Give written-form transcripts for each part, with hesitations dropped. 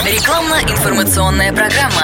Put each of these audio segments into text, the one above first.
Рекламно-информационная программа.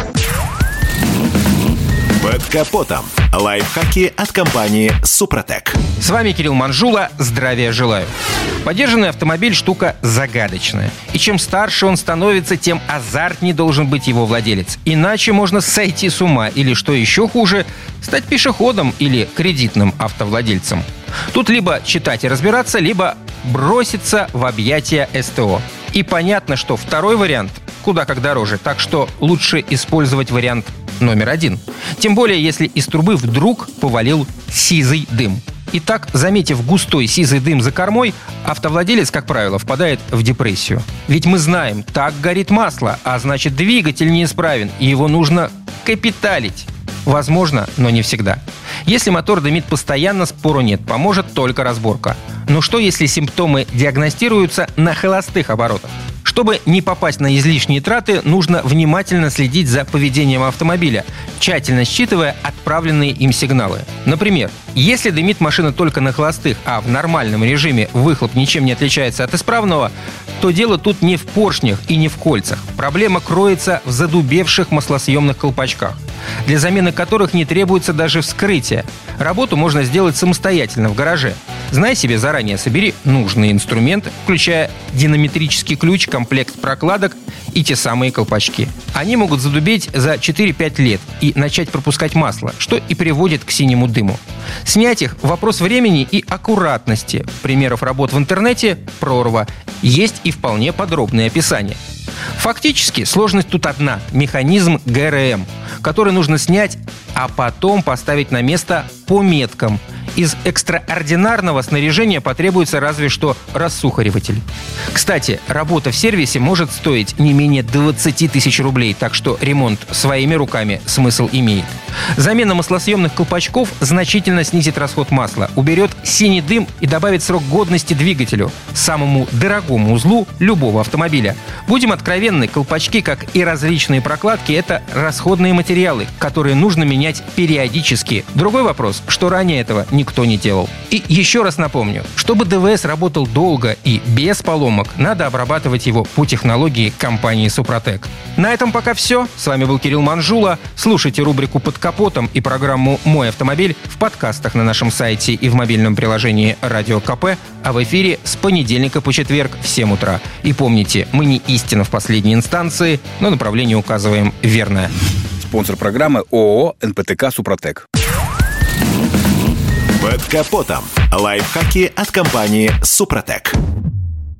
Под капотом. Лайфхаки от компании «Супротек». С вами Кирилл Манжула. Здравия желаю. Подержанный автомобиль – штука загадочная. И чем старше он становится, тем азартнее должен быть его владелец. Иначе можно сойти с ума или, что еще хуже, стать пешеходом или кредитным автовладельцем. Тут либо читать и разбираться, либо броситься в объятия СТО. И понятно, что второй вариант куда как дороже, так что лучше использовать вариант номер один. Тем более, если из трубы вдруг повалил сизый дым. Итак, заметив густой сизый дым за кормой, автовладелец, как правило, впадает в депрессию. Ведь мы знаем, так горит масло, а значит двигатель неисправен, и его нужно капиталить. Возможно, но не всегда. Если мотор дымит постоянно, спору нет, поможет только разборка. Но что, если симптомы диагностируются на холостых оборотах? Чтобы не попасть на излишние траты, нужно внимательно следить за поведением автомобиля, тщательно считывая отправленные им сигналы. Например, если дымит машина только на холостых, а в нормальном режиме выхлоп ничем не отличается от исправного, то дело тут не в поршнях и не в кольцах. Проблема кроется в задубевших маслосъемных колпачках, для замены которых не требуется даже вскрытие. Работу можно сделать самостоятельно в гараже. Знай себе заранее, собери нужный инструмент, включая динамометрический ключ, комплект прокладок и те самые колпачки. Они могут задубеть за 4-5 лет и начать пропускать масло, что и приводит к синему дыму. Снять их – вопрос времени и аккуратности. Примеров работ в интернете – прорва. Есть и вполне подробные описания. Фактически сложность тут одна – механизм ГРМ, который нужно снять, а потом поставить на место по меткам. Из экстраординарного снаряжения потребуется разве что рассухариватель. Кстати, работа в сервисе может стоить не менее 20 тысяч рублей, так что ремонт своими руками смысл имеет. Замена маслосъемных колпачков значительно снизит расход масла, уберет синий дым и добавит срок годности двигателю, самому дорогому узлу любого автомобиля. Будем откровенны, колпачки, как и различные прокладки, это расходные материалы, которые нужно менять периодически. Другой вопрос, что ранее этого никто не делал. И еще раз напомню, чтобы ДВС работал долго и без поломок, надо обрабатывать его по технологии компании «Супротек». На этом пока все. С вами был Кирилл Манжула. Слушайте рубрику «Под капотом» и программу «Мой автомобиль» в подкастах на нашем сайте и в мобильном приложении «Радио КП», а в эфире с понедельника по четверг в 7 утра. И помните, мы не истина в последней инстанции, но направление указываем верное. Спонсор программы ООО «НПТК Супротек». Под капотом. Лайфхаки от компании «Супротек».